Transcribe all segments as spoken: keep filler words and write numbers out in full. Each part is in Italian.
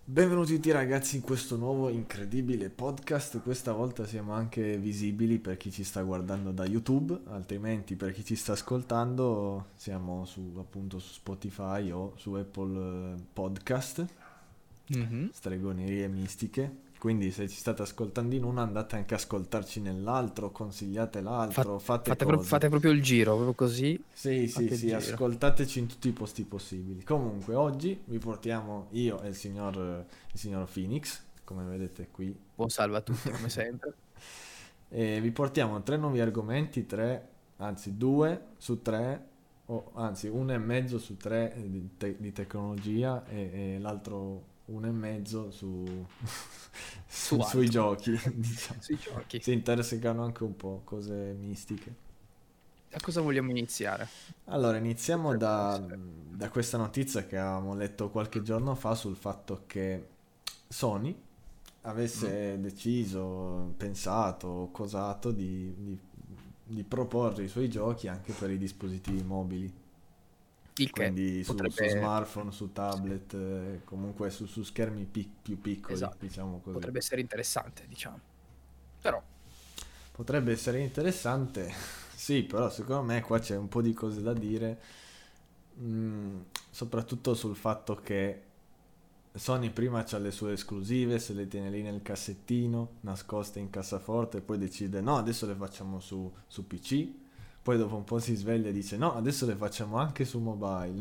Benvenuti tutti ragazzi in questo nuovo incredibile podcast. Questa volta siamo anche visibili per chi ci sta guardando da YouTube, altrimenti per chi ci sta ascoltando siamo su, appunto su Spotify o su Apple eh, Podcast, Mhm. stregonerie mistiche. Quindi se ci state ascoltando in uno andate anche a ascoltarci nell'altro, consigliate Fa- l'altro, fate fate, pro- cose. fate proprio il giro, proprio così. Sì, sì, Fate il sì, giro. ascoltateci in tutti i posti possibili. Comunque, oggi vi portiamo io e il signor, il signor Phoenix, come vedete qui. Buon salve a tutti, come sempre. E vi portiamo tre nuovi argomenti, tre, anzi due su tre, o anzi uno e mezzo su tre di, te- di tecnologia e, e l'altro uno e mezzo su, Su su- sui altro. giochi, diciamo. Sui giochi. Si intersecano anche un po' cose mistiche. Da cosa vogliamo iniziare? Allora, iniziamo Potrebbe da, essere. da questa notizia che avevamo letto qualche giorno fa sul fatto che Sony Mm? avesse deciso, pensato, cosato di, di- di proporre i suoi giochi anche per i dispositivi mobili, Il che quindi su, su potrebbe... smartphone, su Sì, tablet, eh, comunque su, su schermi pic- più piccoli, esatto. diciamo così. Potrebbe essere interessante, diciamo. Però, Potrebbe essere interessante, sì, però secondo me qua c'è un po' di cose da dire. Mm, soprattutto sul fatto che Sony prima c'ha le sue esclusive, se le tiene lì nel cassettino, nascoste in cassaforte, e poi decide no, adesso le facciamo su, su P C, poi dopo un po' si sveglia e dice no, adesso le facciamo anche su mobile.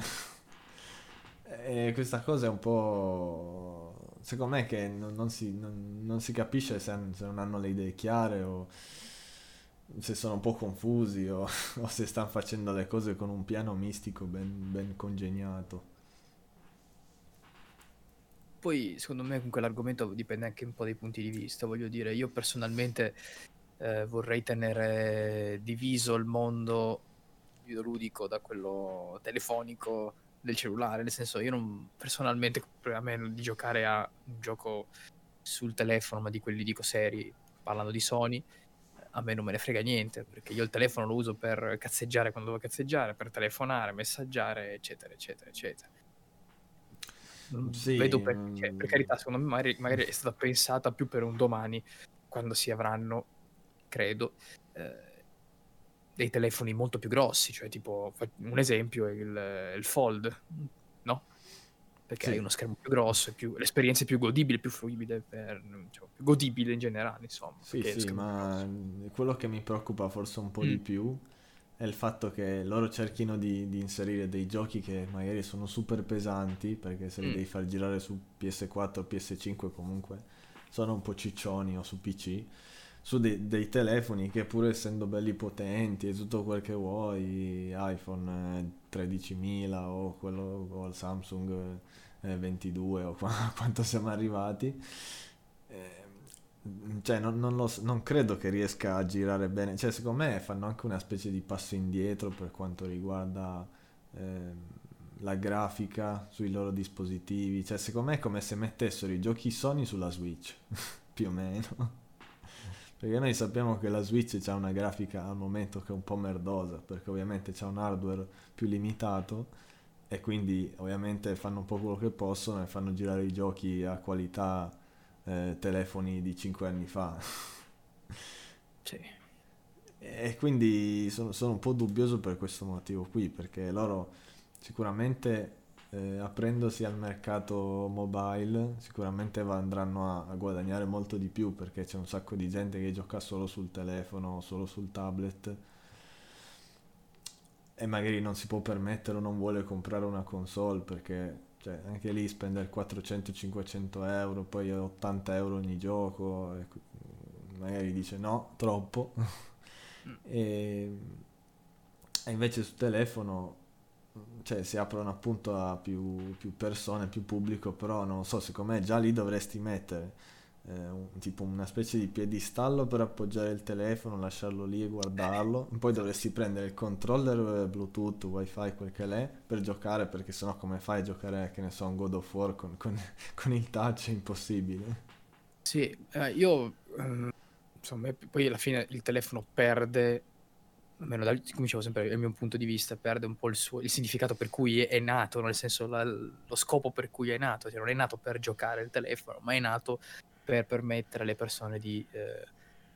E questa cosa è un po'... secondo me che non, non si, non- non si capisce se, han- se non hanno le idee chiare o se sono un po' confusi o, o se stanno facendo le cose con un piano mistico ben ben congegnato. poi, secondo me, comunque l'argomento dipende anche un po' dai punti di vista. Voglio dire, io personalmente eh, vorrei tenere diviso il mondo videoludico da quello telefonico del cellulare, nel senso io non personalmente a me di giocare a un gioco sul telefono, ma di quelli dico seri, parlando di Sony, a me non me ne frega niente, perché io il telefono lo uso per cazzeggiare quando devo cazzeggiare, per telefonare, messaggiare, eccetera, eccetera, eccetera. Non vedo Sì, per, cioè, per mm, carità, secondo me magari, magari è stata pensata più per un domani, quando si avranno, credo, eh, dei telefoni molto più grossi, cioè tipo fa- un esempio è il, il Fold, no? Perché hai sì, uno schermo più grosso, e più, l'esperienza è più godibile, più fruibile, per, cioè, più godibile in generale, insomma, sì, perché è lo sì, schermo più ma grosso. quello che mi preoccupa forse un po' di Mm, più è il fatto che loro cerchino di, di inserire dei giochi che magari sono super pesanti, perché se li mm, devi far girare su P S quattro o P S cinque comunque sono un po' ciccioni o su P C, su dei, dei telefoni che pur essendo belli potenti e tutto quel che vuoi, iPhone eh, tredicimila o quello o il Samsung eh, ventidue o qua- quanto siamo arrivati, eh, cioè non, non lo so- non credo che riesca a girare bene, cioè secondo me fanno anche una specie di passo indietro per quanto riguarda ehm, la grafica sui loro dispositivi, cioè secondo me è come se mettessero i giochi Sony sulla Switch, più o meno. Perché noi sappiamo che la Switch ha una grafica al momento che è un po' merdosa, perché ovviamente c'ha un hardware più limitato e quindi ovviamente fanno un po' quello che possono e fanno girare i giochi a qualità eh, telefoni di cinque anni fa. sì. E quindi sono, sono un po' dubbioso per questo motivo qui, perché loro sicuramente eh, aprendosi al mercato mobile, sicuramente va- andranno a, a guadagnare molto di più perché c'è un sacco di gente che gioca solo sul telefono, solo sul tablet e magari non si può permettere o non vuole comprare una console perché cioè, anche lì spendere quattrocento cinquecento euro, poi ottanta euro ogni gioco, e magari dice no, troppo. Mm. E, e invece sul telefono cioè, si aprono appunto a più, più persone, più pubblico, però non lo so, secondo me già lì dovresti mettere eh, un- tipo una specie di piedistallo per appoggiare il telefono, lasciarlo lì e guardarlo. Poi Infatti, dovresti prendere il controller eh, Bluetooth, Wi-Fi, quel che l'è, per giocare, perché sennò come fai a giocare, che ne so, un God of War con, con- con il touch è impossibile. sì, eh, io, ehm, insomma, poi alla fine il telefono perde almeno dal, come dicevo sempre, dal mio punto di vista, perde un po' il suo il significato per cui è, è nato, nel senso la, lo scopo per cui è nato, cioè non è nato per giocare il telefono, ma è nato per permettere alle persone di eh,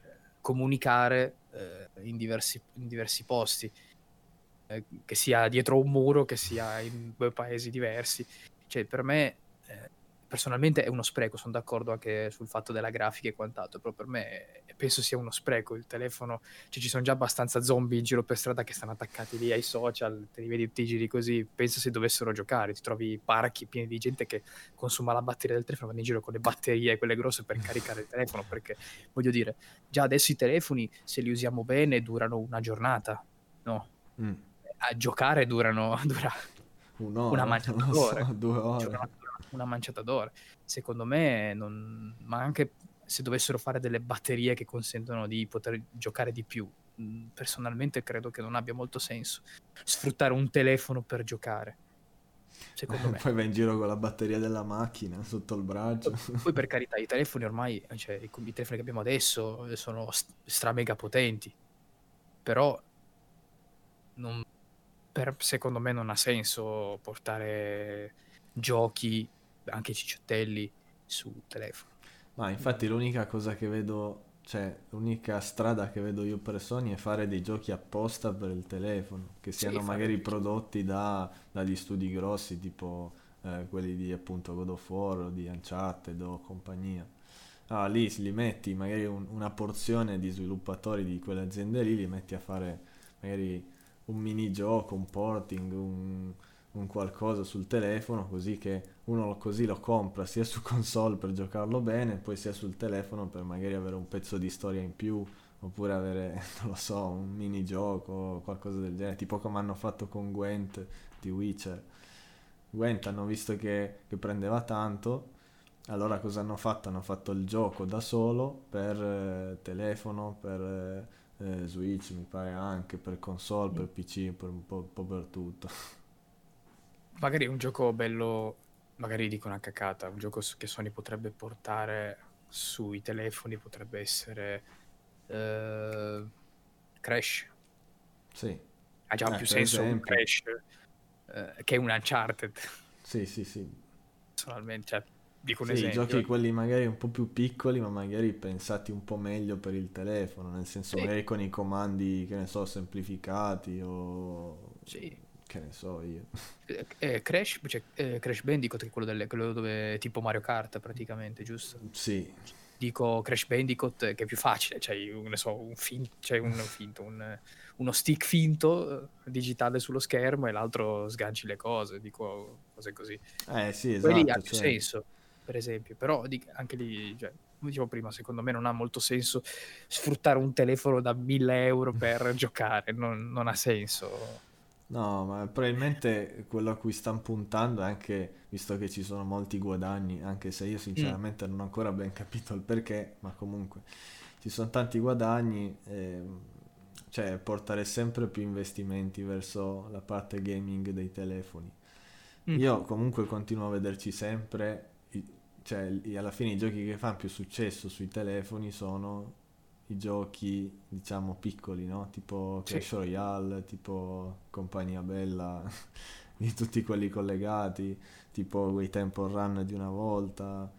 comunicare eh, in, diversi, in diversi posti, eh, che sia dietro un muro, che sia in due paesi diversi. Cioè, per me, eh, personalmente è uno spreco, sono d'accordo anche sul fatto della grafica e quant'altro, però per me penso sia uno spreco il telefono. Cioè, ci sono già abbastanza zombie in giro per strada che stanno attaccati lì ai social, te li vedi tutti i giri così, penso se dovessero giocare, ti trovi parchi pieni di gente che consuma la batteria del telefono, vanno in giro con le batterie, quelle grosse, per caricare il telefono, perché, voglio dire, già adesso i telefoni, se li usiamo bene, durano una giornata, no? Mm. A giocare durano dura una Un'ora, non manciata lo so, d'ore, due ore. giornata dura una manciata d'ore. Secondo me non, ma anche se dovessero fare delle batterie che consentono di poter giocare di più, mh, personalmente credo che non abbia molto senso sfruttare un telefono per giocare, secondo me. Poi vai in giro con la batteria della macchina sotto il braccio. Poi per carità, i telefoni ormai, cioè i, i telefoni che abbiamo adesso sono st- stra mega potenti, però non, per, secondo me non ha senso portare giochi, anche cicciottelli, su telefono. Ma infatti l'unica cosa che vedo, cioè l'unica strada che vedo io per Sony è fare dei giochi apposta per il telefono, che Sì, siano fare... magari prodotti da, dagli studi grossi, tipo eh, quelli di appunto God of War o di Uncharted o compagnia. Ah, lì li metti magari un- una porzione di sviluppatori di quelle aziende lì, li metti a fare magari un minigioco, un porting, un, un qualcosa sul telefono, così che uno lo- così lo compra sia su console per giocarlo bene, poi sia sul telefono per magari avere un pezzo di storia in più, oppure avere, non lo so, un minigioco o qualcosa del genere, tipo come hanno fatto con Gwent di Witcher. Gwent hanno visto che, che prendeva tanto, allora cosa hanno fatto? Hanno fatto il gioco da solo per eh, telefono, per eh, eh, Switch, mi pare anche, per console, per P C, per un po', un po' per tutto. Magari un gioco bello, magari dico una cacata, un gioco che Sony potrebbe portare sui telefoni potrebbe essere eh, Crash. Sì, Ha già eh, più per senso un esempio. Crash eh, che un Uncharted, Sì, sì, sì. personalmente. Cioè, dico un Sì, i esempio. giochi quelli magari un po' più piccoli, ma magari pensati un po' meglio per il telefono, nel senso Sì, magari con i comandi, che ne so, semplificati o sì. che ne so io. Eh, eh, Crash, cioè, eh, Crash Bandicoot, che è quello, delle, quello dove tipo Mario Kart praticamente, giusto? Sì, Dico Crash Bandicoot eh, che è più facile, c'hai un, ne so, un, fin- c'hai un finto, un- uno stick finto eh, digitale sullo schermo e l'altro sganci le cose, dico cose così. eh sì, Quelli ha esatto, più cioè, senso, per esempio, però di- anche lì, cioè, come dicevo prima, secondo me non ha molto senso sfruttare un telefono da mille euro per giocare, non, non ha senso. no, ma probabilmente quello a cui stanno puntando è anche, visto che ci sono molti guadagni, anche se io Mm, sinceramente non ho ancora ben capito il perché, ma comunque ci sono tanti guadagni, ehm, cioè portare sempre più investimenti verso la parte gaming dei telefoni. mm. Io comunque continuo a vederci sempre, i- cioè i- alla fine i giochi che fanno più successo sui telefoni sono i giochi, diciamo, piccoli, no? Tipo Sì. Clash Royale, tipo Compagnia Bella, di tutti quelli collegati, tipo quei Temple Run di una volta,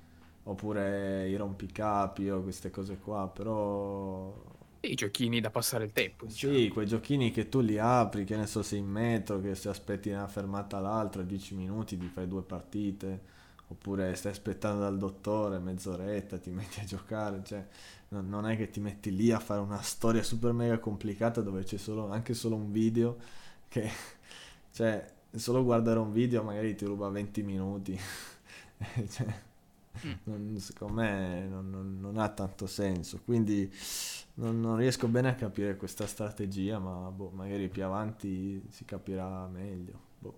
oppure i rompicapi o queste cose qua, però I giochini da passare il tempo, sì, diciamo. quei giochini che tu li apri, che ne so, sei in metro, che se aspetti una fermata all'altra, dieci minuti ti fai due partite, oppure stai aspettando dal dottore mezz'oretta, ti metti a giocare, cioè non, non è che ti metti lì a fare una storia super mega complicata dove c'è solo, anche solo un video, che, cioè, solo guardare un video magari ti ruba venti minuti, cioè, Mm. non- secondo me non, non- non ha tanto senso, quindi non, non riesco bene a capire questa strategia, ma boh, magari più avanti si capirà meglio. Boh,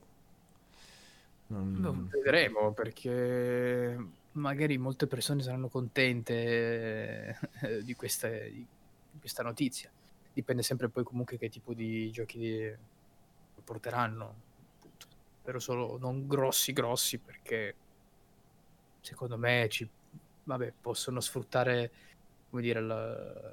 No, non- vedremo perché magari molte persone saranno contente eh, di queste- di questa notizia. Dipende sempre poi comunque che tipo di giochi di- porteranno. Appunto. Spero solo non grossi grossi perché secondo me ci, vabbè, possono sfruttare, come dire, la-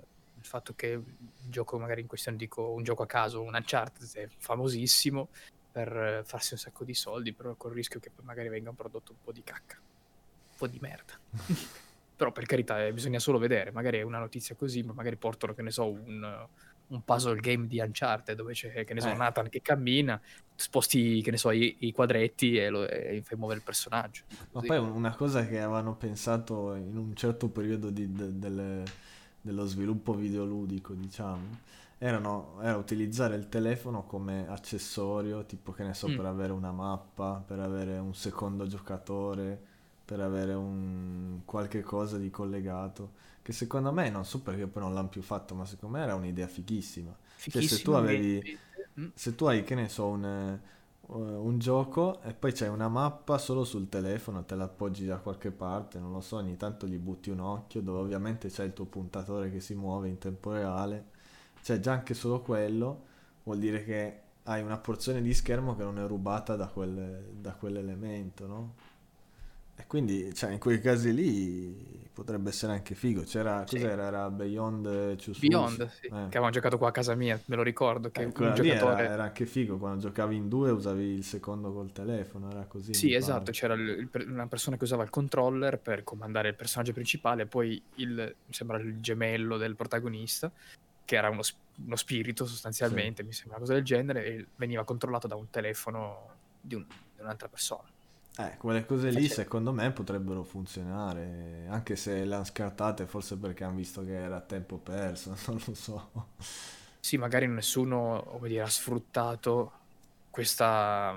il fatto che un gioco magari in questione, dico un gioco a caso, un Uncharted è famosissimo per farsi un sacco di soldi, però col rischio che poi magari venga un prodotto un po' di cacca, un po' di merda. Però per carità, eh, bisogna solo vedere, magari è una notizia così, ma magari portano, che ne so, un, un puzzle game di Uncharted dove c'è, che ne so, Eh. Nathan che cammina, sposti, che ne so, i, i quadretti e, lo, e fai muovere il personaggio. Ma Così. poi una cosa che avevano pensato in un certo periodo di- de- delle- dello sviluppo videoludico, diciamo, erano, era utilizzare il telefono come accessorio, tipo che ne so, Mm. per avere una mappa, per avere un secondo giocatore, per avere un qualche cosa di collegato, che secondo me, non so perché poi non l'hanno più fatto, ma secondo me era un'idea fighissima. Cioè se tu Fichissimo, mi viene in avevi, mente. Mm. se tu hai, che ne so, un, eh, un gioco e poi c'è una mappa solo sul telefono, te la appoggi da qualche parte, non lo so, ogni tanto gli butti un occhio, dove ovviamente c'è il tuo puntatore che si muove in tempo reale, cioè già anche solo quello vuol dire che hai una porzione di schermo che non è rubata da quel- da quell'elemento, no? E quindi, cioè, in quei casi lì potrebbe essere anche figo. C'era, Sì. cos'era? Era Beyond Two Souls. Beyond, sì, Eh. che avevamo giocato qua a casa mia, me lo ricordo, che Eh, un quella lì era, giocatore... era anche figo, quando giocavi in due usavi il secondo col telefono, era così, mi Sì, esatto, pare. c'era il- il per- una persona che usava il controller per comandare il personaggio principale e poi il, mi sembra il gemello del protagonista, che era uno, sp- uno spirito Sì. sostanzialmente, mi sembra una cosa del genere, e veniva controllato da un telefono di, un- di un'altra persona. Eh, quelle cose lì Faceva- secondo me potrebbero funzionare, anche se le hanno scartate forse perché hanno visto che era tempo perso, non lo so. Sì, magari nessuno, come dire, ha sfruttato questa,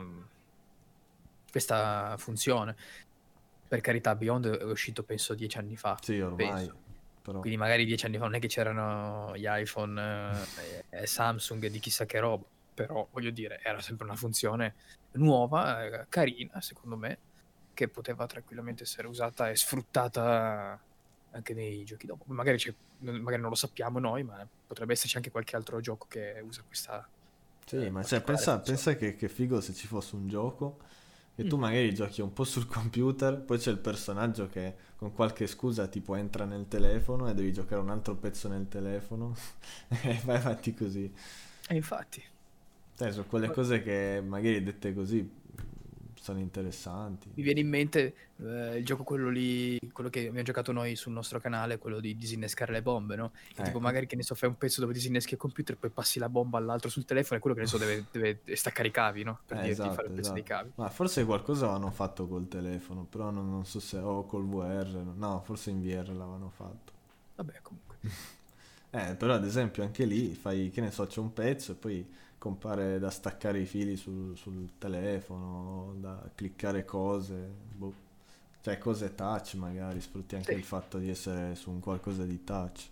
questa funzione. Per carità, Beyond è uscito penso dieci anni fa, Sì, ormai, penso. però. Quindi magari dieci anni fa non è che c'erano gli iPhone eh, e, e Samsung di chissà che roba, però voglio dire, era sempre una funzione nuova, eh, carina, secondo me, che poteva tranquillamente essere usata e sfruttata anche nei giochi dopo. Magari, c'è- magari non lo sappiamo noi, ma potrebbe esserci anche qualche altro gioco che usa questa Sì, eh, ma cioè, particolare pensa, funzione. pensa che, che figo se ci fosse un gioco e Mm. tu magari giochi un po' sul computer, poi c'è il personaggio che con qualche scusa tipo entra nel telefono e devi giocare un altro pezzo nel telefono e vai avanti così. E infatti. Cioè, sono quelle cose che magari dette così mh, sono interessanti. Mi viene in mente eh, il gioco quello lì, quello che abbiamo giocato noi sul nostro canale, quello di disinnescare le bombe, no? E tipo Ecco, magari che ne so, fai un pezzo dove disinneschi il computer, poi passi la bomba all'altro sul telefono e quello che ne so deve, deve staccare i cavi, no? Per eh, dirti, fare esatto, il pezzo dei esatto. cavi. Ma forse qualcosa avevano fatto col telefono, però non, non so se... o col V R, no, forse in V R l'avevano fatto. Vabbè, comunque. Eh, però ad esempio anche lì fai, che ne so, c'è un pezzo e poi compare da staccare i fili sul, sul telefono, da cliccare cose, boh. Cioè cose touch magari, sfrutti anche Sì, il fatto di essere su un qualcosa di touch.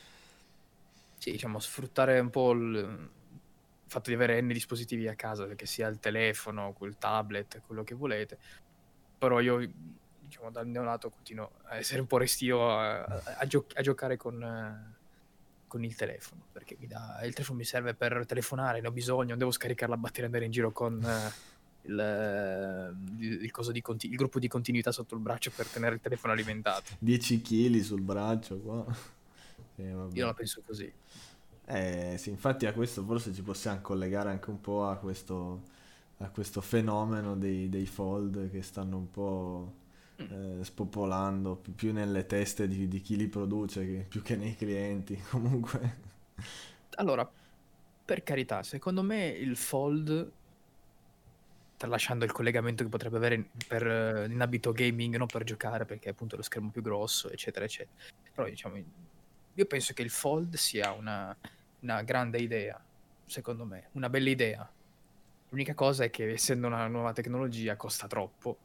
sì, diciamo, sfruttare un po' il, il fatto di avere N dispositivi a casa, che sia il telefono, quel tablet, quello che volete. Però io, diciamo, dal mio lato continuo a essere un po' restio a, a- a gio- a giocare con, eh, con il telefono, perché mi dà, il telefono mi serve per telefonare, ne ho bisogno, non devo scaricare la batteria e andare in giro con eh, il, eh, il- il coso di conti- il gruppo di continuità sotto il braccio per tenere il telefono alimentato. dieci chili sul braccio qua. E Io vabbè. la penso così. Eh sì, infatti a questo forse ci possiamo collegare anche un po' a questo, a questo fenomeno dei, dei fold che stanno un po' Mm. eh, spopolando più, più nelle teste di, di chi li produce che- più che nei clienti. Comunque, Allora, per carità, secondo me il fold, tralasciando il collegamento che potrebbe avere in, per, eh, in ambito gaming, non per giocare, perché appunto è lo schermo più grosso, eccetera, eccetera. Però diciamo, io penso che il fold sia una, una grande idea, secondo me, una bella idea. L'unica cosa è che essendo una nuova tecnologia costa troppo.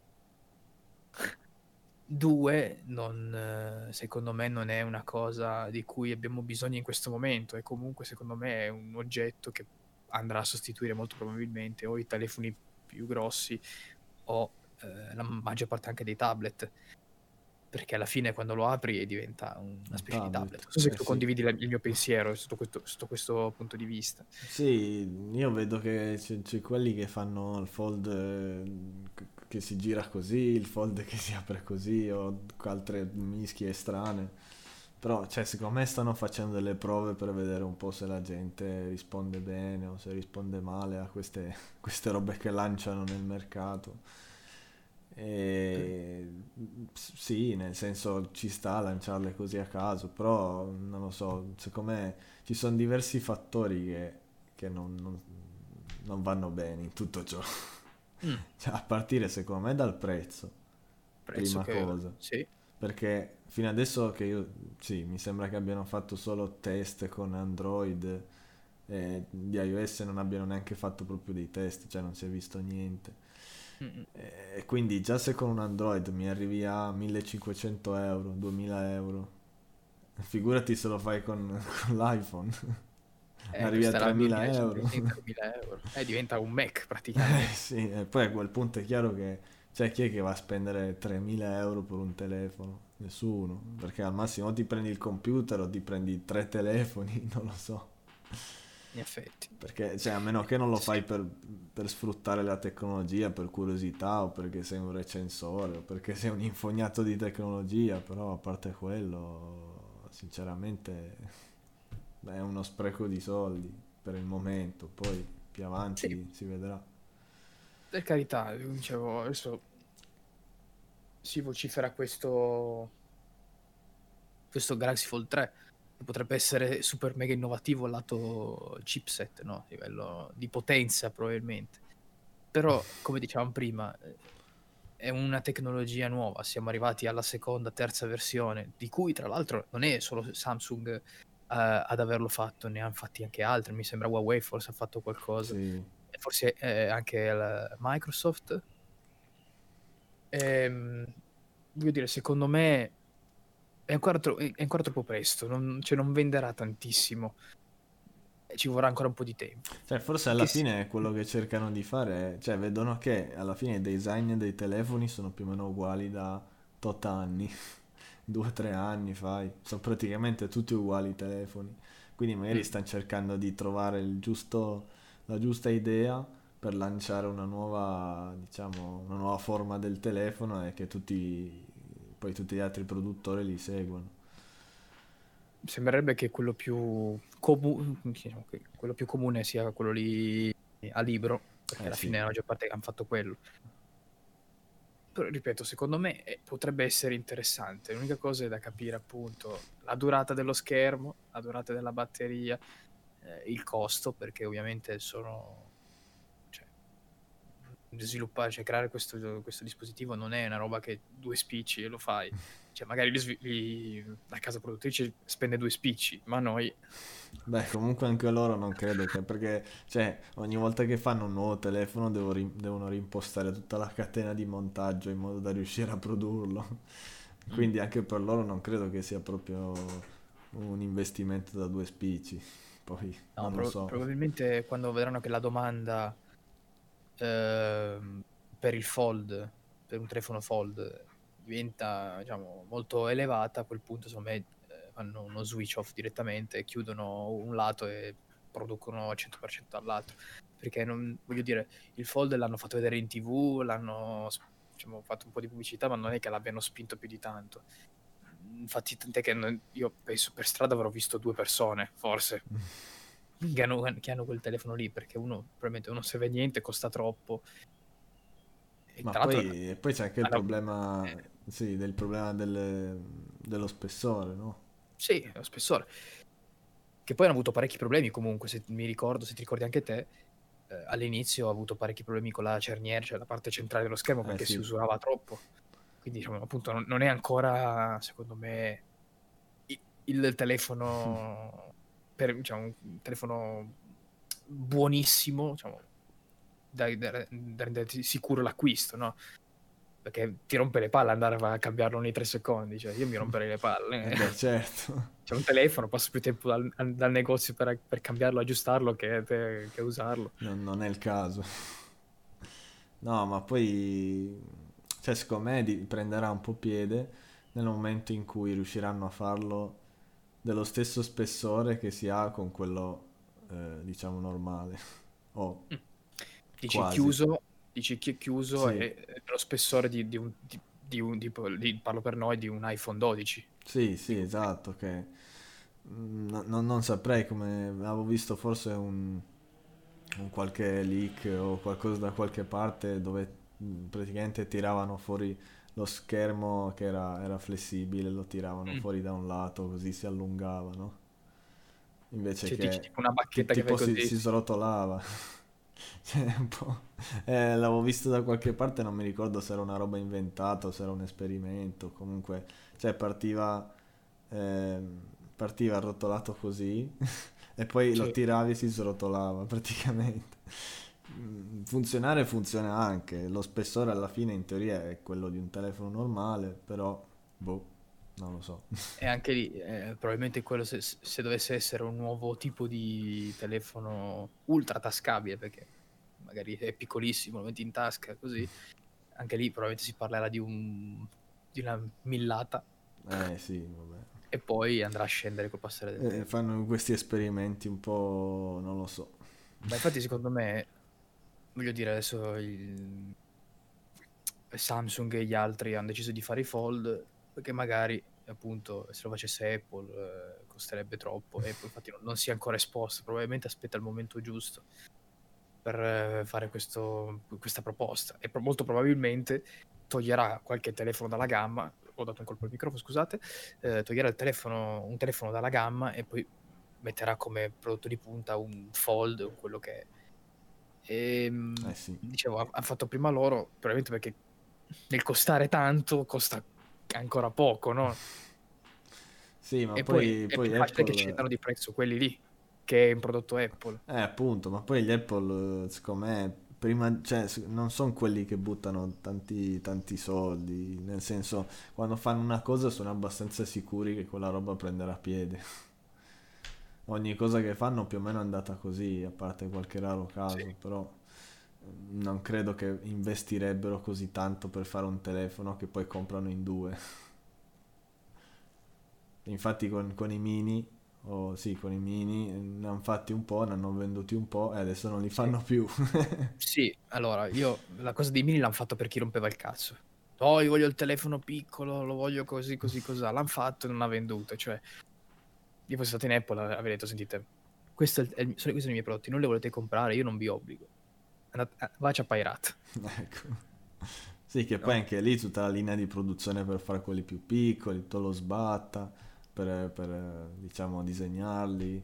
Due, non, eh, secondo me non è una cosa di cui abbiamo bisogno in questo momento e comunque secondo me è un oggetto che andrà a sostituire molto probabilmente o i telefoni più grossi o eh, la maggior parte anche dei tablet, perché alla fine quando lo apri diventa una un specie di tablet. tablet. Non so se Eh tu sì. condividi la- il mio pensiero sotto questo, sotto questo punto di vista. Sì, io vedo che c'è, c'è quelli che fanno il fold eh, c- che si gira così, il fold che si apre così o altre mischie strane. Però, cioè, secondo me stanno facendo delle prove per vedere un po' se la gente risponde bene o se risponde male a queste, queste robe che lanciano nel mercato. Mm. E s- sì, nel senso ci sta a lanciarle così a caso, però non lo so, secondo me ci sono diversi fattori che, che non, non- non vanno bene in tutto ciò. Mm. Cioè, a partire secondo me dal prezzo, Prezzo prima che cosa. sì. Perché fino adesso che io, sì, mi sembra che abbiano fatto solo test con Android e di iOS non abbiano neanche fatto proprio dei test, cioè non si è visto niente. Mm, mm. E quindi già se con un Android mi arrivi a millecinquecento euro, duemila euro, figurati se lo fai con, con l'iPhone, Eh, arrivi a questa è la tremila euro. duemilacinquecento duemila euro. Eh, diventa un Mac Eh praticamente. sì, e poi a quel punto è chiaro che c'è chi è che va a spendere tremila euro per un telefono? Nessuno, perché al massimo o ti prendi il computer o ti prendi tre telefoni, non lo so. In effetti. Perché, cioè, a meno che non lo Sì, fai per, per sfruttare la tecnologia, per curiosità o perché sei un recensore o perché sei un infognato di tecnologia, però a parte quello, sinceramente, beh, è uno spreco di soldi per il momento, poi più sì, avanti si vedrà. per carità, dicevo, adesso si vocifera questo, questo Galaxy Fold tre, che potrebbe essere super mega innovativo lato chipset, no? A livello di potenza probabilmente. Però, come dicevamo prima, eh, è una tecnologia nuova, siamo arrivati alla seconda, terza versione, di cui tra l'altro non è solo Samsung eh, ad averlo fatto, ne hanno fatti anche altri, mi sembra Huawei forse ha fatto qualcosa, Sì, e forse eh, anche la Microsoft. Ehm, voglio dire, secondo me è ancora, tro- è ancora troppo presto, non, cioè non venderà tantissimo, e ci vorrà ancora un po' di tempo. cioè forse alla Che si- fine quello che cercano di fare è, cioè vedono che alla fine i design dei telefoni sono più o meno uguali da tot anni, due o tre anni fai, sono praticamente tutti uguali i telefoni, quindi magari Mm. stanno cercando di trovare il giusto, la giusta idea per lanciare una nuova, diciamo, una nuova forma del telefono e che tutti, poi tutti gli altri produttori li seguono. Sembrerebbe che quello più, comu- diciamo che quello più comune sia quello lì a libro, perché Eh alla sì, fine la maggior parte hanno fatto quello. Però, ripeto, secondo me eh, potrebbe essere interessante. L'unica cosa è da capire, appunto, la durata dello schermo, la durata della batteria, eh, il costo, perché ovviamente sono... Cioè, sviluppare, cioè creare questo, questo dispositivo non è una roba che due spicci e lo fai. Cioè, magari li svi- li- la casa produttrice spende due spicci, ma noi... beh, comunque anche loro non credo che, perché, cioè, ogni volta che fanno un nuovo telefono devo rim- devono rimpostare tutta la catena di montaggio in modo da riuscire a produrlo. Mm. Quindi anche per loro non credo che sia proprio un investimento da due spicci. Poi No, non lo pro- so. probabilmente quando vedranno che la domanda ehm, per il fold, per un telefono fold, diventa, diciamo, molto elevata, a quel punto, secondo me, eh, fanno uno switch off direttamente, chiudono un lato e producono al cento per cento dall'altro. Perché, non, voglio dire, il fold l'hanno fatto vedere in T V, l'hanno, diciamo, fatto un po' di pubblicità, ma non è che l'abbiano spinto più di tanto. Infatti, tant'è che non- io penso per strada avrò visto due persone, forse, che hanno, che hanno quel telefono lì, perché uno probabilmente non serve a niente, costa troppo. E Ma tra l'altro, poi, e poi c'è anche il hanno- problema, eh, sì, del problema delle- dello spessore, no? sì, lo spessore. Che poi hanno avuto parecchi problemi comunque, se mi ricordo, se ti ricordi anche te, eh, all'inizio ha avuto parecchi problemi con la cerniera, cioè la parte centrale dello schermo, Eh perché si sì. usurava troppo. Quindi, diciamo, appunto, non, non è ancora, secondo me, i- il telefono, per, diciamo, un telefono buonissimo, diciamo, da, da, da renderti sicuro l'acquisto, no? Perché ti rompe le palle andare a cambiarlo ogni tre secondi, cioè io mi romperei le palle. Eh beh, certo. C'è un telefono, passo più tempo dal, dal negozio per, per cambiarlo, aggiustarlo che, che, che usarlo. Non, non è il caso. No, ma poi, cioè, secondo me di- prenderà un po' piede nel momento in cui riusciranno a farlo dello stesso spessore che si ha con quello, eh, diciamo, normale. O Mm. Dici quasi. chiuso, dici chi è chiuso Sì, e e lo spessore di, di un, di, di un tipo, di, parlo per noi, di un iPhone dodici. Sì, sì, esatto, che mm, no- no- non saprei come avevo visto forse un, un qualche leak o qualcosa da qualche parte dove mm, praticamente tiravano fuori lo schermo che era, era flessibile, lo tiravano Mm. fuori da un lato così si allungava, no? Invece Cioè, dici, che tipo una ti- bacchetta che fai tipo si, così. si srotolava. Cioè, un po'. Eh, l'avevo visto da qualche parte, non mi ricordo se era una roba inventata o se era un esperimento. Comunque, cioè, partiva, ehm, partiva arrotolato così e poi lo Sì. tiravi e si srotolava praticamente. Mm, Funzionare funziona anche. Lo spessore alla fine in teoria è quello di un telefono normale, però, boh, non lo so. E anche lì, eh, probabilmente quello se, se dovesse essere un nuovo tipo di telefono ultra tascabile, perché magari è piccolissimo, lo metti in tasca così, anche lì probabilmente si parlerà di un di una millata Eh sì, vabbè. e poi andrà a scendere col passare del Eh, tempo. fanno questi esperimenti un po', non lo so. Ma infatti secondo me, voglio dire, adesso il Samsung e gli altri hanno deciso di fare i Fold perché magari appunto se lo facesse Apple eh, costerebbe troppo e poi infatti non, non si è ancora esposto, probabilmente aspetta il momento giusto per eh, fare questo, questa proposta e pro- molto probabilmente toglierà qualche telefono dalla gamma, ho dato un colpo al microfono scusate, eh, toglierà il telefono, un telefono dalla gamma e poi metterà come prodotto di punta un Fold o quello che è. E, Eh sì. dicevo, ha- hanno fatto prima loro, probabilmente perché nel costare tanto costa ancora poco, no? Sì, ma E poi poi, è più poi facile che Apple, scendano di prezzo quelli lì, che è un prodotto Apple. eh appunto, ma poi gli Apple, eh, secondo me, prima, cioè, s- non sono quelli che buttano tanti, tanti soldi, nel senso, quando fanno una cosa sono abbastanza sicuri che quella roba prenderà piede. Ogni cosa che fanno più o meno è andata così, a parte qualche raro Sì. caso, però eh, non credo che investirebbero così tanto per fare un telefono che poi comprano in due. Infatti con, con i mini, o sì, con i mini eh, ne hanno fatti un po', ne hanno venduti un po' e adesso non li Sì. fanno più. Sì, allora, io la cosa dei mini l'hanno fatto per chi rompeva il cazzo. Oh, io voglio il telefono piccolo, lo voglio così, così, così. L'hanno fatto e non ha venduto. Cioè, io fossi stato in Apple avrei detto, sentite, questo è il- è il- sono, questi sono i miei prodotti, non li volete comprare, io non vi obbligo. Andate, eh, vaccia a Pirate, Ecco. Sì, che poi no? anche lì tutta la linea di produzione per fare quelli più piccoli, tutto lo sbatta, per, per, eh, diciamo disegnarli.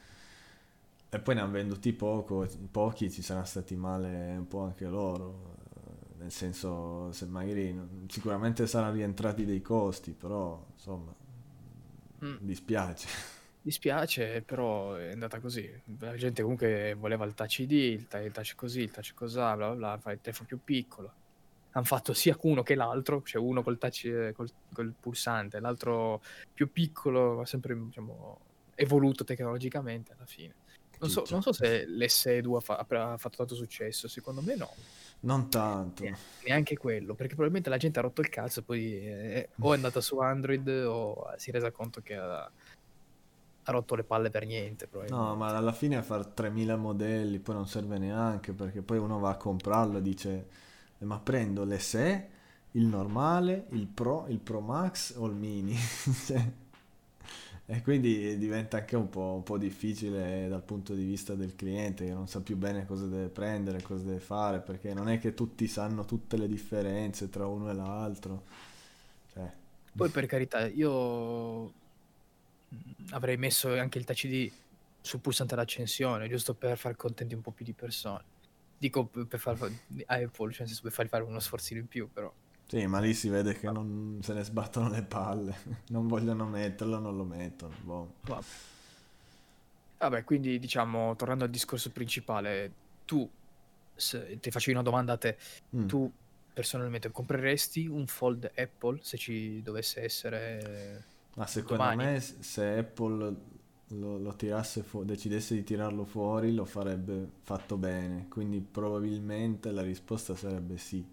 E poi ne hanno venduti poco, pochi ci saranno stati male un po' anche loro. eh, Nel senso, se magari non- sicuramente saranno rientrati dei costi, però insomma, Mm. dispiace. Dispiace, però è andata così. La gente comunque voleva il touch I D, il, ta- il touch così, il touch cosà, bla bla bla, fai il telefono più piccolo. Hanno fatto sia uno che l'altro, cioè uno col touch, eh, col, col pulsante, l'altro più piccolo, ma sempre diciamo, evoluto tecnologicamente alla fine. Non so, Ciccia. non so se l'S E due ha, fa- ha fatto tanto successo, secondo me no. Non tanto. Ne- Neanche quello, perché probabilmente la gente ha rotto il cazzo e poi eh, o è andata su Android o si è resa conto che ha, ha rotto le palle per niente, No, ma probabilmente. alla fine far tremila modelli poi non serve neanche perché poi uno va a comprarlo e dice "Eh, ma prendo l'S E, il normale, il Pro, il Pro Max o il Mini?" Cioè, e quindi diventa anche un po', un po' difficile dal punto di vista del cliente che non sa più bene cosa deve prendere, cosa deve fare, perché non è che tutti sanno tutte le differenze tra uno e l'altro. Cioè, Poi per carità, io mm, avrei messo anche il Touch I D sul pulsante d'accensione, giusto per far contenti un po' più di persone. Dico p- per far a Apple, cioè nel senso per fargli fare uno sforzino in più, però. sì, ma lì si vede che non se ne sbattono le palle, non vogliono metterlo, non lo mettono. Boh. Vabbè. Vabbè, quindi diciamo, tornando al discorso principale, tu, se ti faccio una domanda a te, Mm. tu personalmente compreresti un Fold Apple se ci dovesse essere Ma secondo domani? me s- se Apple lo, lo tirasse fu- decidesse di tirarlo fuori lo farebbe fatto bene, quindi probabilmente la risposta sarebbe sì.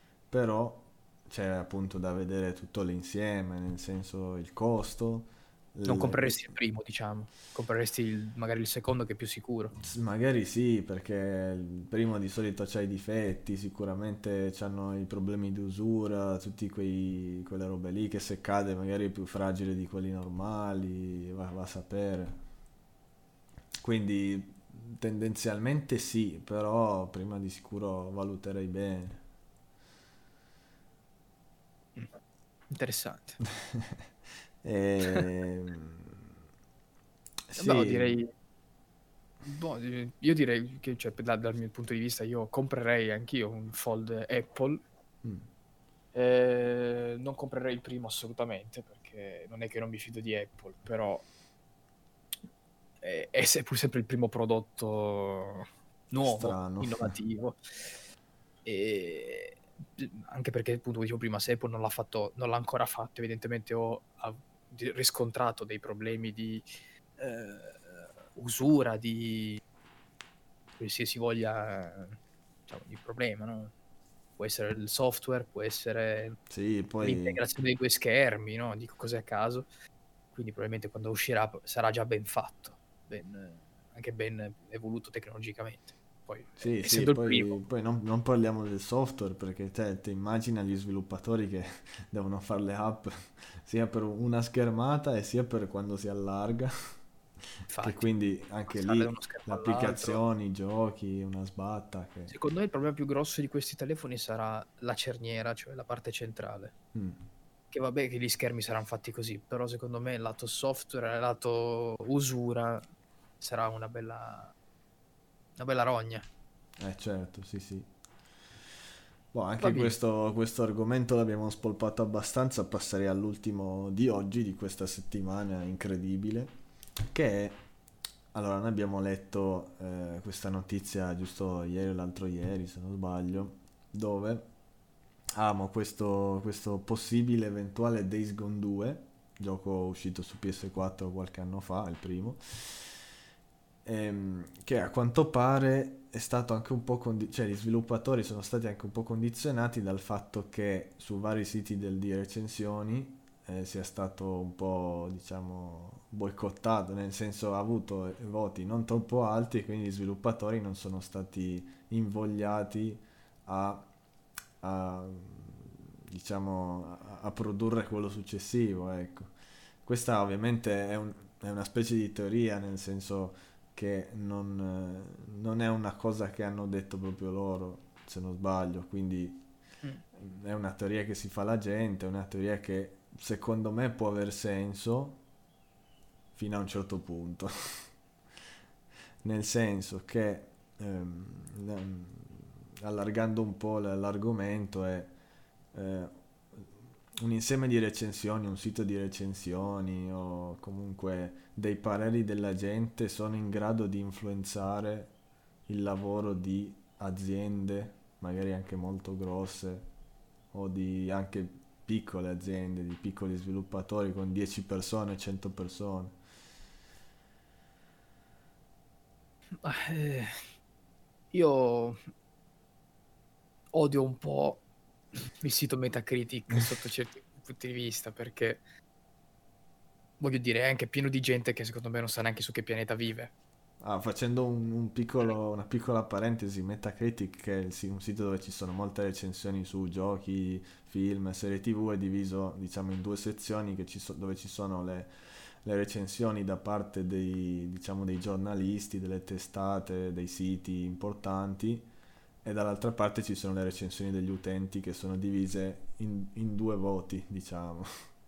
Però c'è appunto da vedere tutto l'insieme, nel senso il costo, Non l- compreresti il primo, diciamo. Compreresti il- magari il secondo che è più sicuro. S- Magari sì, perché il primo di solito c'ha i difetti, sicuramente c'hanno i problemi di usura, tutti quei, quelle robe lì che se cade magari è più fragile di quelli normali, va, va a sapere. Quindi tendenzialmente sì, però prima di sicuro valuterei bene. Mm. Interessante. Ehm, No, sì, direi... boh, eh, io direi che, cioè, da- dal mio punto di vista, io comprerei anch'io un Fold Apple. mm, Eh, non comprerei il primo assolutamente, perché non è che non mi fido di Apple, però è, è se- pur sempre il primo prodotto nuovo, strano. innovativo. E anche perché, appunto, come dicevo prima, se Apple non l'ha fatto, non l'ha ancora fatto, evidentemente ho ha riscontrato dei problemi di eh, usura, di qualsiasi voglia, diciamo, di problema, no? Può essere il software, può essere Sì, poi l'integrazione dei due schermi, no? Dico cose a caso. Quindi probabilmente quando uscirà sarà già ben fatto, ben, anche ben evoluto tecnologicamente. Poi, eh, sì, sì, essendo il poi, primo, poi non, non parliamo del software perché te, te immagina gli sviluppatori che devono fare le app sia per una schermata e sia per quando si allarga, che infatti, quindi anche passare da lì uno le schermo all'altro. applicazioni, i giochi, una sbatta che... Secondo me il problema più grosso di questi telefoni sarà la cerniera, cioè la parte centrale. Mm. Che vabbè che gli schermi saranno fatti così, però secondo me il lato software, il lato usura sarà una bella, una bella rogna. Eh certo, sì sì. Boh, Va anche bene. questo, questo argomento l'abbiamo spolpato abbastanza, passerei all'ultimo di oggi, di questa settimana incredibile, che è... Allora, noi abbiamo letto eh, questa notizia giusto ieri o l'altro ieri, se non sbaglio, dove abbiamo questo, questo possibile eventuale Days Gone due, gioco uscito su P S quattro qualche anno fa, il primo, ehm, che a quanto pare è stato anche un po' condi- cioè gli sviluppatori sono stati anche un po' condizionati dal fatto che su vari siti del- di recensioni eh, sia stato un po', diciamo, boicottato, nel senso ha avuto eh, voti non troppo alti e quindi gli sviluppatori non sono stati invogliati a, a, diciamo, a, a produrre quello successivo, ecco. Questa ovviamente è, un- è una specie di teoria, nel senso che non, eh, non è una cosa che hanno detto proprio loro, se non sbaglio, quindi Mm. è una teoria che si fa la gente, è una teoria che secondo me può aver senso fino a un certo punto, nel senso che ehm, ehm, allargando un po' l- l'argomento è eh, un insieme di recensioni, un sito di recensioni o comunque dei pareri della gente sono in grado di influenzare il lavoro di aziende, magari anche molto grosse, o di anche piccole aziende, di piccoli sviluppatori con dieci persone, cento persone. Ma, eh, io odio un po' il sito Metacritic sotto certi punti di vista, perché voglio dire, è anche pieno di gente che secondo me non sa neanche su che pianeta vive. Ah, facendo un, un piccolo- una piccola parentesi, Metacritic, che è il si- un sito dove ci sono molte recensioni su giochi, film, serie T V, è diviso, diciamo, in due sezioni che ci so- dove ci sono le, le recensioni da parte dei, diciamo, dei giornalisti, delle testate, dei siti importanti, e dall'altra parte ci sono le recensioni degli utenti che sono divise in, in due voti, diciamo.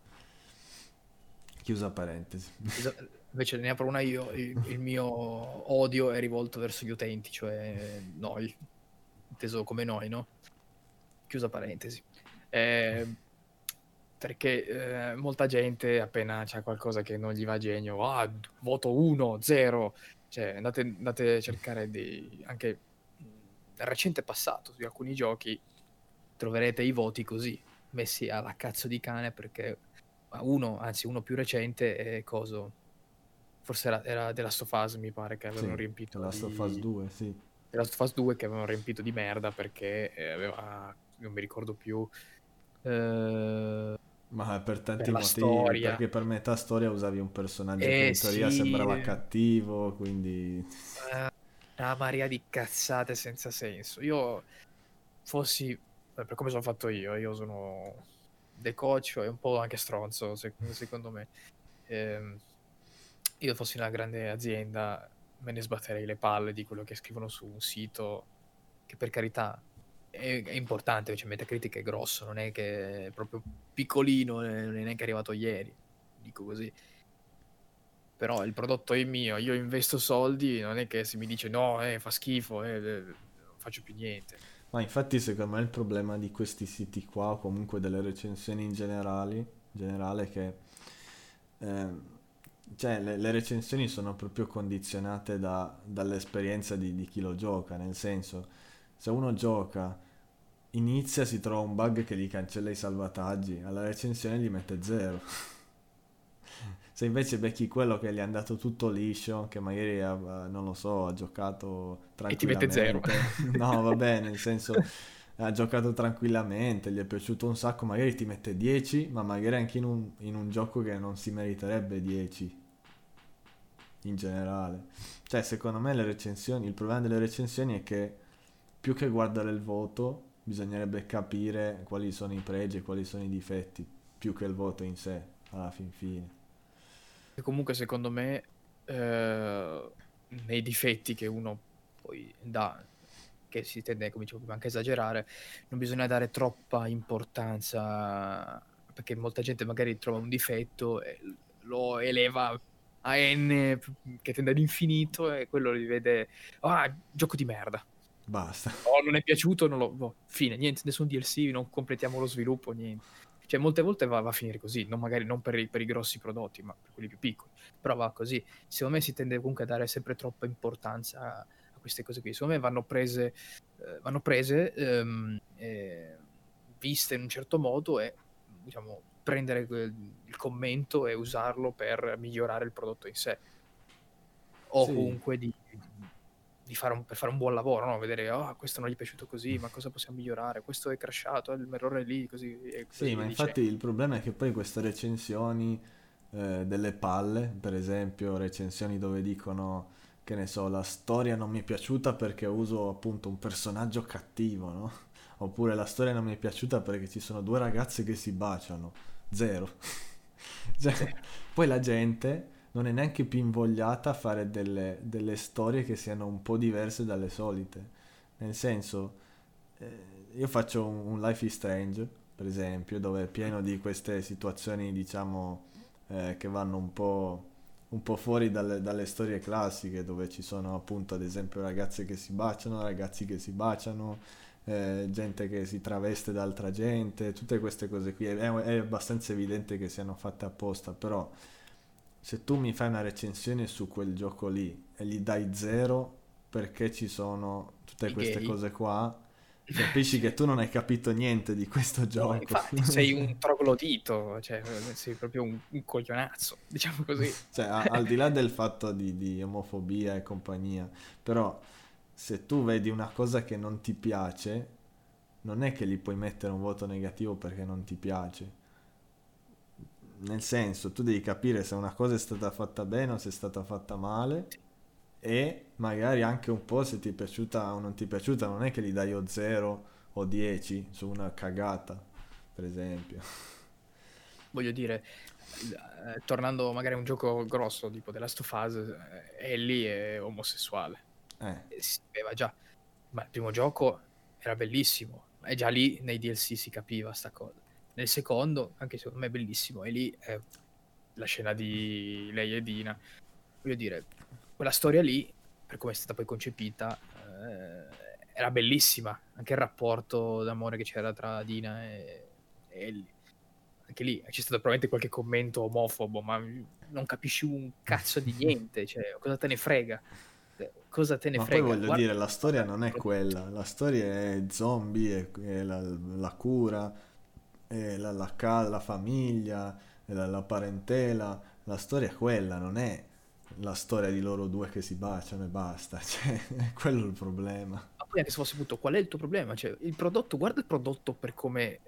Chiusa parentesi. Esa- Invece ne apro una io, il, il mio odio è rivolto verso gli utenti, cioè noi, inteso come noi, no? Chiusa parentesi. Eh, perché eh, molta gente appena c'è qualcosa che non gli va a genio, ah, voto uno, zero, cioè andate, andate a cercare dei, anche mh, nel recente passato su alcuni giochi troverete i voti così, messi alla cazzo di cane perché ma uno, anzi uno più recente è coso, forse era, era The Last of Us, mi pare che avevano Sì, The riempito Last of Us di due, sì. The Last of Us due che avevano riempito di merda perché eh, aveva, non mi ricordo più, eh, Ma per per tanti la motivi, storia. perché per metà storia usavi un personaggio che Eh in teoria sì, sembrava eh, cattivo, quindi... una marea di cazzate senza senso. Io fossi, eh, per come sono fatto io, io sono decoccio e un po' anche stronzo, sec- secondo me. Ehm, io fossi una grande azienda, me ne sbatterei le palle di quello che scrivono su un sito che per carità è, è importante, cioè Metacritic è grosso, non è che è proprio piccolino, eh, non è neanche arrivato ieri, dico così. Però il prodotto è mio, io investo soldi, non è che se mi dice no, eh, fa schifo, eh, eh, non faccio più niente. Ma infatti secondo me il problema di questi siti qua, o comunque delle recensioni in generali, in generale, è che ehm, cioè, le, le recensioni sono proprio condizionate da- dall'esperienza di, di chi lo gioca, nel senso, se uno gioca, inizia, si trova un bug che gli cancella i salvataggi, alla recensione gli mette zero. Se invece becchi quello che gli è andato tutto liscio, che magari ha, non lo so, ha giocato E ti mette zero. tranquillamente, no, vabbè, nel senso ha giocato tranquillamente, gli è piaciuto un sacco, magari ti mette dieci, ma magari anche in un, in un gioco che non si meriterebbe dieci in generale. Cioè, secondo me le recensioni, il problema delle recensioni è che più che guardare il voto, bisognerebbe capire quali sono i pregi e quali sono i difetti, più che il voto in sé, alla fin fine. E comunque secondo me eh, nei difetti che uno poi dà, che si tende, come dicevo prima, anche a esagerare, non bisogna dare troppa importanza, perché molta gente magari trova un difetto e lo eleva a n che tende ad infinito e quello li vede, ah, gioco di merda. Basta. Oh, non è piaciuto, non lo boh, fine, niente, nessun D L C, non completiamo lo sviluppo, niente. Cioè, molte volte va va a finire così, non magari non per i per i grossi prodotti, ma per quelli più piccoli, però va così. Secondo me si tende comunque a dare sempre troppa importanza a a queste cose qui. Secondo me vanno prese ehm, vanno prese, ehm, ehm, viste in un certo modo e, diciamo, prendere quel il commento e usarlo per migliorare il prodotto in sé. O Sì, comunque di di di fare un per fare un buon lavoro, no, vedere: "Ah, questo non gli è piaciuto così, ma cosa possiamo migliorare? Questo è crashato, eh, l'errore è lì", così e così sì, ma via infatti dicendo. il problema è che poi queste recensioni eh, delle palle, per esempio recensioni dove dicono, che ne so, la storia non mi è piaciuta perché uso appunto un personaggio cattivo, no? Oppure la storia non mi è piaciuta perché ci sono due ragazze che si baciano. Zero. Sì. Cioè, poi la gente non è neanche più invogliata a fare delle, delle storie che siano un po' diverse dalle solite. Nel senso, eh, io faccio un, un Life is Strange, per esempio, dove è pieno di queste situazioni, diciamo, eh, che vanno un po', un po' fuori dalle, dalle storie classiche, dove ci sono appunto, ad esempio, ragazze che si baciano, ragazzi che si baciano, eh, gente che si traveste da altra gente, tutte queste cose qui. È, è abbastanza evidente che siano fatte apposta, però se tu mi fai una recensione su quel gioco lì e gli dai zero perché ci sono tutte I queste gay. cose qua, capisci Sì. che tu non hai capito niente di questo No, gioco. infatti sei un troglodito, cioè, ehm, sei proprio un un coglionazzo, diciamo così. Cioè, a- al di là del fatto di, di omofobia e compagnia, però se tu vedi una cosa che non ti piace, non è che gli puoi mettere un voto negativo perché non ti piace. Nel senso, tu devi capire se una cosa è stata fatta bene o se è stata fatta male e magari anche un po' se ti è piaciuta o non ti è piaciuta, non è che gli dai o zero o dieci su una cagata, per esempio. Voglio dire, ehm, tornando magari a un gioco grosso tipo The Last of Us, ehm, Ellie è omosessuale. Eh, E si sapeva già, ma il primo gioco era bellissimo e già lì nei D L C si capiva sta cosa. Nel secondo, anche secondo me è bellissimo, e lì è la scena di lei e Dina. Voglio dire, quella storia lì, per come è stata poi concepita, ehm, era bellissima. Anche il rapporto d'amore che c'era tra Dina e e Ellie. Anche lì c'è stato probabilmente qualche commento omofobo, ma, mhmm, non capisci un cazzo di niente, cioè cosa te ne frega? Cioè, cosa te ne ma poi frega? voglio Guarda dire, la storia non è quello che succede. quella, la storia è zombie, è, è la, la cura, è la, la, ca- la famiglia, è la, la parentela, la storia è quella, non è la storia di loro due che si baciano e basta, cioè, è quello il problema. Ma poi anche se fosse appunto qual è il tuo problema? Cioè, il prodotto guarda il prodotto per come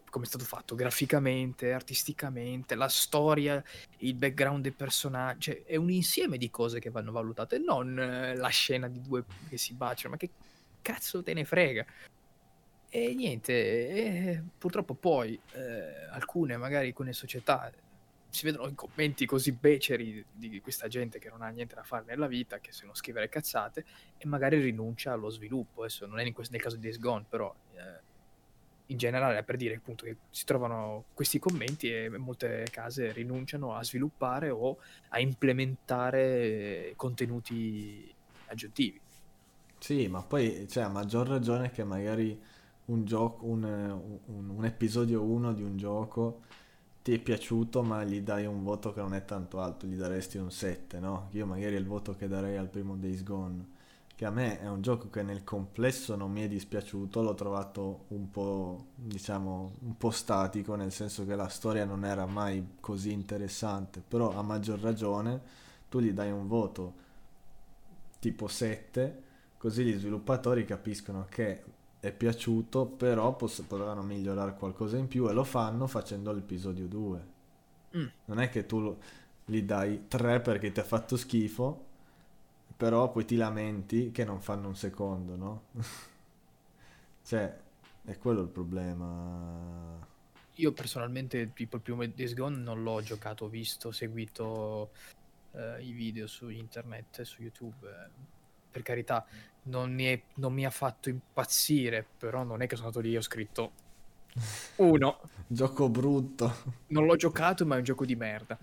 come è stato fatto graficamente, artisticamente, la storia, il background dei personaggi, cioè è un insieme di cose che vanno valutate, non eh, la scena di due che si baciano, ma che cazzo te ne frega? E niente, e purtroppo poi eh, alcune, magari alcune società si vedono i commenti così beceri di questa gente che non ha niente da fare nella vita, che se non scrivere cazzate, e magari rinuncia allo sviluppo. Adesso non è in questo, nel caso di Days Gone, però eh, in generale è per dire appunto che si trovano questi commenti e molte case rinunciano a sviluppare o a implementare contenuti aggiuntivi. Sì, ma poi, cioè, a maggior ragione che magari un gioco, un, un- un episodio uno di un gioco ti è piaciuto, ma gli dai un voto che non è tanto alto, gli daresti un sette, no? Io magari è il voto che darei al primo Days Gone, che a me è un gioco che nel complesso non mi è dispiaciuto, l'ho trovato un po', diciamo, un po' statico, nel senso che la storia non era mai così interessante, però a maggior ragione tu gli dai un voto tipo sette, così gli sviluppatori capiscono che è piaciuto, però poss- potranno migliorare qualcosa in più e lo fanno facendo l'episodio due. Mm. Non è che tu lo- gli dai tre perché ti ha fatto schifo, però poi ti lamenti che non fanno un secondo, no? Cioè, è quello il problema. Io personalmente, tipo il primo Days Gone non l'ho giocato, ho visto, ho seguito eh, i video su internet, su YouTube. eh, Per carità, non mi, è- non mi ha fatto impazzire, però non è che sono andato lì e ho scritto uno. Gioco brutto. Non l'ho giocato, ma è un gioco di merda.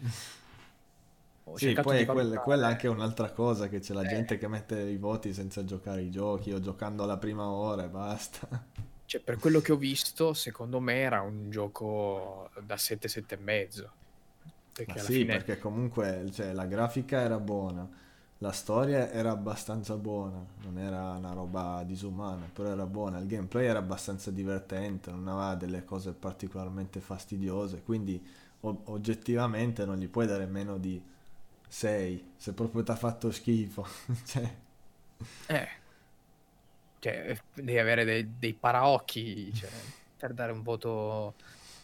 Ho Sì, cercato poi di è quella, quella è valutare. anche un'altra cosa, che c'è la gente eh, che mette i voti senza giocare i giochi o giocando alla prima ora e basta. cioè, per quello che ho visto, secondo me era un gioco da sette, sette e mezzo. Ma Perché alla sì, fine perché comunque cioè, la grafica era buona, la storia era abbastanza buona, non era una roba disumana, però era buona, il gameplay era abbastanza divertente, non aveva delle cose particolarmente fastidiose, quindi o- oggettivamente non gli puoi dare meno di sei, se proprio ti ha fatto schifo. Cioè, eh, cioè, devi avere dei, dei paraocchi, cioè, per dare un voto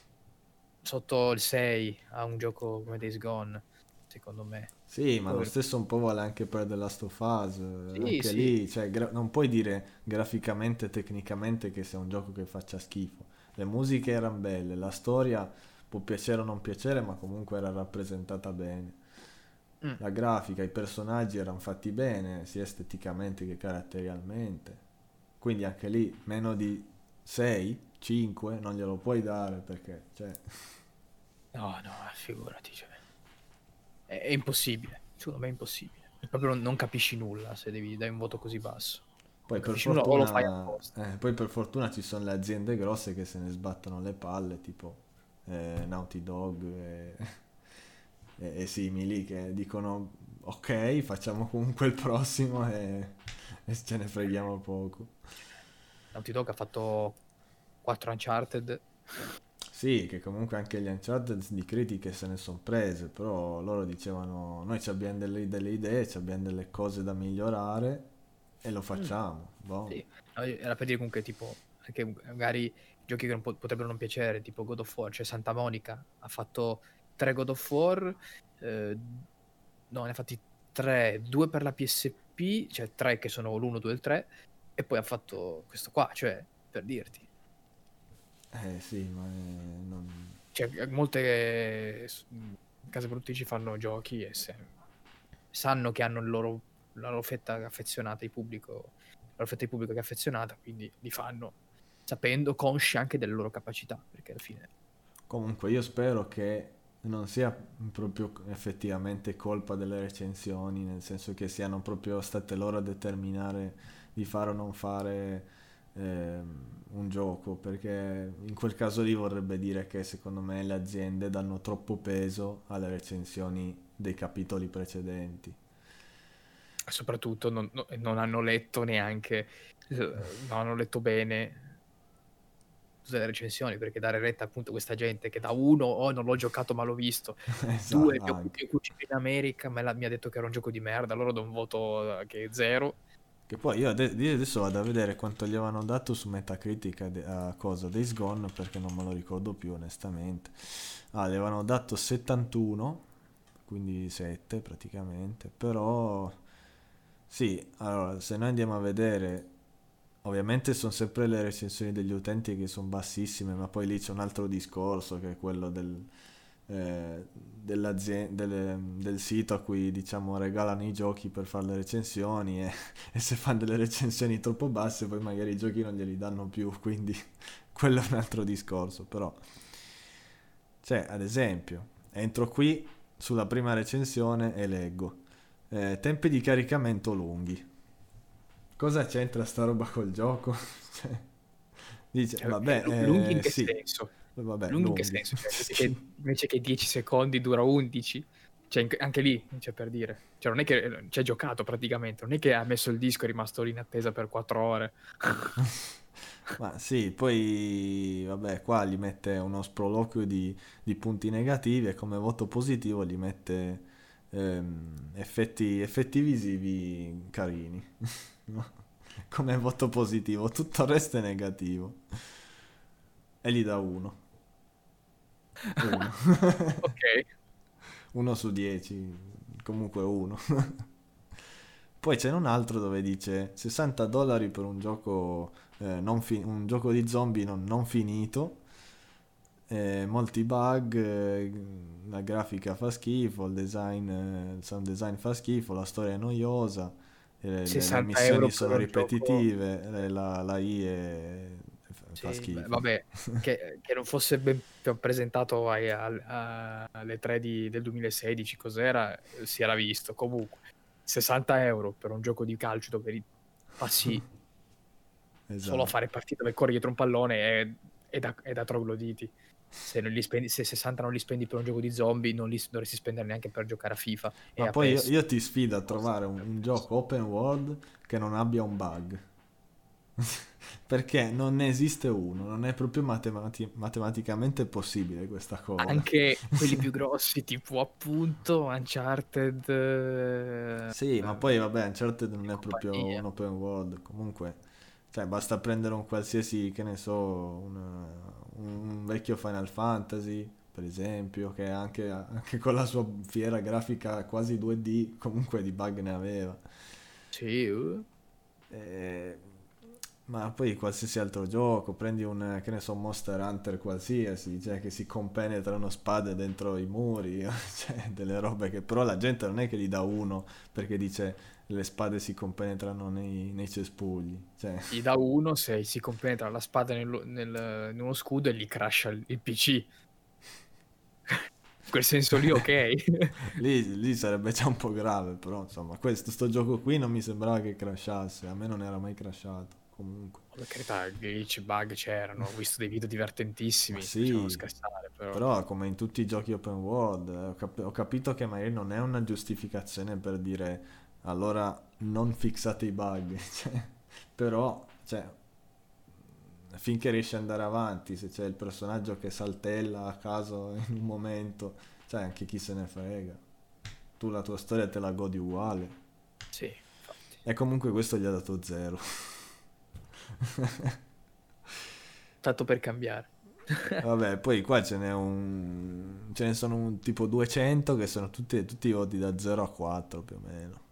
sotto il sei a un gioco come Days Gone, secondo me. sì, ma lo Poi- stesso un po' vale anche per The Last of Us, eh, sì, anche sì, lì, cioè, gra- non puoi dire graficamente, tecnicamente che sia un gioco che faccia schifo. Le musiche erano belle, la storia può piacere o non piacere, ma comunque era rappresentata bene. mm, La grafica, i personaggi erano fatti bene, sia esteticamente che caratterialmente. Quindi anche lì, meno di sei, cinque, non glielo puoi dare perché, cioè, no, no, figurati, cioè, è, è impossibile, secondo me è impossibile. Proprio non, non capisci nulla se devi dare un voto così basso. poi Non per capisci nulla o lo fai fortuna, apposta. eh, poi per fortuna ci sono le aziende grosse che se ne sbattono le palle, tipo eh, Naughty Dog e, e- e simili, che dicono ok, facciamo comunque il prossimo e, e ce ne freghiamo poco. Naughty Dog ha fatto quattro Uncharted. Sì, che comunque anche gli Uncharted di critiche se ne sono prese, però loro dicevano noi ci abbiamo delle, delle idee, ci abbiamo delle cose da migliorare e lo Mm, facciamo. Boh. sì, no, era per dire comunque tipo anche magari giochi che non po- potrebbero non piacere, tipo God of War, cioè Santa Monica ha fatto tre God of War, eh, no, ne ha fatti tre, due per la P S P, cioè tre che sono l'uno, due e il tre, e poi ha fatto questo qua, cioè per dirti. Eh sì, ma eh, non... Cioè, molte eh, s- mh, case produttrici fanno giochi e se- sanno che hanno il loro, la loro fetta affezionata di pubblico, la loro fetta di pubblico che è affezionata, quindi li fanno sapendo, consci anche delle loro capacità, perché alla fine... Comunque io spero che non sia proprio effettivamente colpa delle recensioni, nel senso che siano proprio state loro a determinare di fare o non fare ehm, un gioco, perché in quel caso lì vorrebbe dire che secondo me le aziende danno troppo peso alle recensioni dei capitoli precedenti. Soprattutto non, no- non hanno letto neanche, eh, non hanno letto bene tutte le recensioni, perché dare retta appunto a questa gente che da uno, oh non l'ho giocato ma l'ho visto, due, Esatto, mio, anche. mio cugino in America me l'ha- mi ha detto che era un gioco di merda, allora do un voto eh, che è zero, Che poi io ade- io adesso vado a vedere quanto gli avevano dato su Metacritic a, de- a cosa, Days Gone, perché non me lo ricordo più onestamente. Ah, gli avevano dato settantuno, quindi sette praticamente, però sì, allora se noi andiamo a vedere, ovviamente sono sempre le recensioni degli utenti che sono bassissime, ma poi lì c'è un altro discorso che è quello del, eh, dell'azien- delle- del sito a cui diciamo regalano i giochi per fare le recensioni e, e se fanno delle recensioni troppo basse poi magari i giochi non glieli danno più, quindi quello è un altro discorso, però cioè ad esempio entro qui sulla prima recensione e leggo eh, tempi di caricamento lunghi. Cosa c'entra sta roba col gioco? Cioè, dice, Cioè, eh, lu- lunghi vabbè, in eh, che sì, senso? vabbè, Lunghi in che lunghi. senso? Cioè, invece che, invece che dieci secondi dura undici? Cioè, in- anche lì, cioè, per dire. Cioè, non è che ci hai giocato praticamente, non è che ha messo il disco e è rimasto lì in attesa per quattro ore. Ma sì, poi vabbè, qua gli mette uno sproloquio di, di punti negativi e come voto positivo gli mette ehm, effetti, effetti visivi carini. No? Come voto positivo, tutto il resto è negativo. E gli dà uno. Uno. Ok. Uno su dieci, comunque uno. Poi c'è un altro dove dice sessanta dollari per un gioco, eh, non fi- un gioco di zombie non, non finito, eh, molti bug, eh, la grafica fa schifo, il design, eh, il sound design fa schifo, la storia è noiosa, eh, le, le sessanta missioni euro per sono un gioco. ripetitive, eh, la, la I è- fa Sì, beh, schifo. vabbè, che, che non fosse ben presentato ai- al- a- alle tre di- del duemilasedici, cos'era, eh, si era visto. Comunque, sessanta euro per un gioco di calcio dove ri- passi solo a Esatto. fare partite dove corri dietro un pallone è, è da, è da trogloditi. Se, non li spendi, se sessanta non li spendi per un gioco di zombie, non li dovresti spendere neanche per giocare a FIFA e Ma a poi io, PES. io ti sfido a Costa trovare un, un tantissimo. gioco open world che non abbia un bug. Perché non ne esiste uno, non è proprio matemati- matematicamente possibile questa cosa. Anche quelli più grossi, tipo appunto Uncharted eh, Sì, ma poi vabbè, Uncharted e non è proprio un compagnia. open world, comunque, cioè basta prendere un qualsiasi, che ne so, un, un vecchio Final Fantasy, per esempio, che anche, anche con la sua fiera grafica quasi due D, comunque di bug ne aveva. Sì, uh. Eh, ma poi qualsiasi altro gioco, prendi un, che ne so, Monster Hunter qualsiasi, cioè che si compenetrano spade dentro i muri, cioè delle robe che però la gente non è che gli dà uno perché dice le spade si compenetrano nei, nei cespugli, cioè Gli dà uno se si compenetra la spada nel- nel- in uno scudo e gli crasha il, il P C. In quel senso lì, ok. lì, lì sarebbe già un po' grave, però insomma, questo sto gioco qui non mi sembrava che crashasse, a me non era mai crashato, comunque. Per carità, glitch, bug c'erano, ho visto dei video Ma divertentissimi, facevano sì, scassare, però. però come in tutti i giochi open world, eh, ho, cap- ho capito che magari non è una giustificazione per dire allora non fixate i bug, cioè, però, cioè, finché riesci ad andare avanti, se c'è il personaggio che saltella a caso in un momento, cioè anche chi se ne frega, tu la tua storia te la godi uguale. Sì, infatti. E comunque questo gli ha dato zero. Tanto per cambiare. Vabbè, poi qua ce n'è un... ce ne sono un tipo duecento che sono tutti, tutti i voti da zero a quattro più o meno.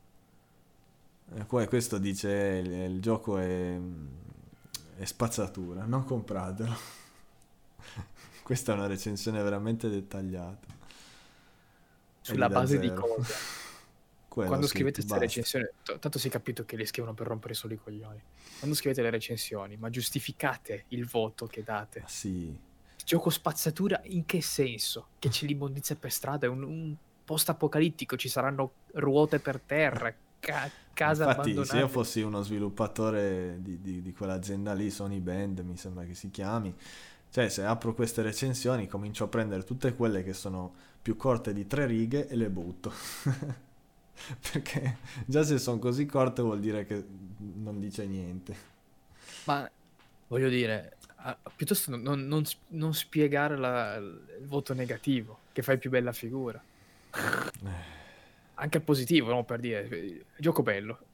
E poi questo dice il, il gioco è, è spazzatura, non compratelo. Questa è una recensione veramente dettagliata. E gli Sulla dà base di zero. cosa? Quello Quando sì, scrivete queste basta. recensioni, t- tanto si è capito che le scrivono per rompere solo i coglioni. Quando scrivete le recensioni, ma giustificate il voto che date. Ma sì. Gioco spazzatura in che senso? Che c'è l'immondizia per strada, è un, un post apocalittico, ci saranno ruote per terra, ca- case Infatti, se io abbandonate. fossi uno sviluppatore di, di, di quell'azienda lì, Sony Band, mi sembra che si chiami, cioè se apro queste recensioni comincio a prendere tutte quelle che sono più corte di tre righe e le butto. Perché già se sono così corte vuol dire che non dice niente. Ma voglio dire, ah, piuttosto non, non- non s- non spiegare la- il voto negativo, che fai più bella figura. Anche il positivo, no? Per dire, eh, gioco bello.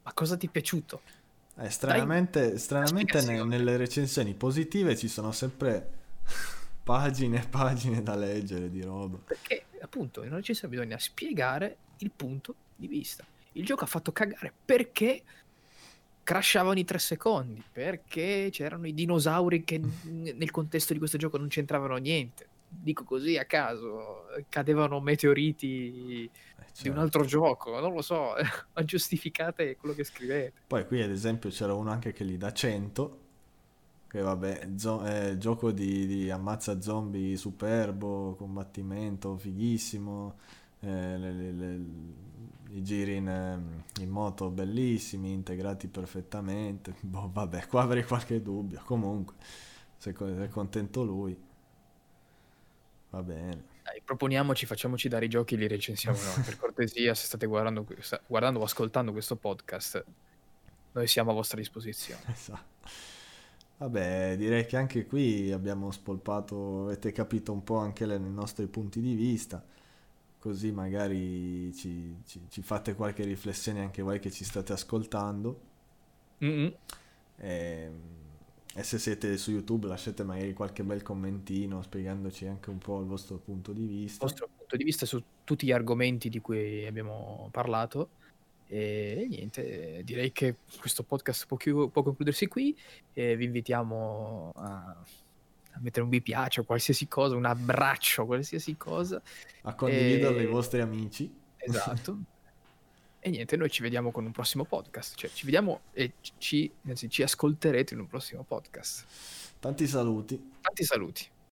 ma cosa ti è piaciuto? Eh, stranamente, Dai stranamente ne- spiegazione. nelle recensioni positive ci sono sempre pagine e pagine da leggere di roba. Perché appunto in una recensione bisogna spiegare il punto di vista. Il gioco ha fatto cagare perché crashavano i tre secondi, perché c'erano i dinosauri che n- nel contesto di questo gioco non c'entravano niente. Dico così a caso, cadevano meteoriti Eh, di un certo. altro gioco, non lo so, ma giustificate quello che scrivete. Poi qui ad esempio c'era uno anche che gli dà cento, che vabbè, zo- eh, gioco di, di ammazza zombie superbo, combattimento fighissimo, eh, le- le- le- i giri in, ehm, in moto bellissimi, integrati perfettamente. Boh, vabbè, qua avrei qualche dubbio. Comunque, se co- se è contento lui, va bene. Dai, proponiamoci, facciamoci dare i giochi e li recensiamo noi. Per cortesia, se state guardando, questa- guardando o ascoltando questo podcast, noi siamo a vostra disposizione. Esatto. Vabbè, direi che anche qui abbiamo spolpato, avete capito un po' anche le- i nostri punti di vista, così magari ci, ci- ci fate qualche riflessione anche voi che ci state ascoltando. Mm-mm. E, e se siete su YouTube lasciate magari qualche bel commentino spiegandoci anche un po' il vostro punto di Il vista. vostro punto di vista su tutti gli argomenti di cui abbiamo parlato. E niente, direi che questo podcast può, chiu- può concludersi qui. E vi invitiamo a, a mettere un mi piace o qualsiasi cosa, un abbraccio, qualsiasi cosa. A condividerlo ai E... vostri amici. Esatto. E niente, noi ci vediamo con un prossimo podcast. Cioè, ci vediamo e ci, anzi, ci ascolterete in un prossimo podcast. Tanti saluti. Tanti saluti.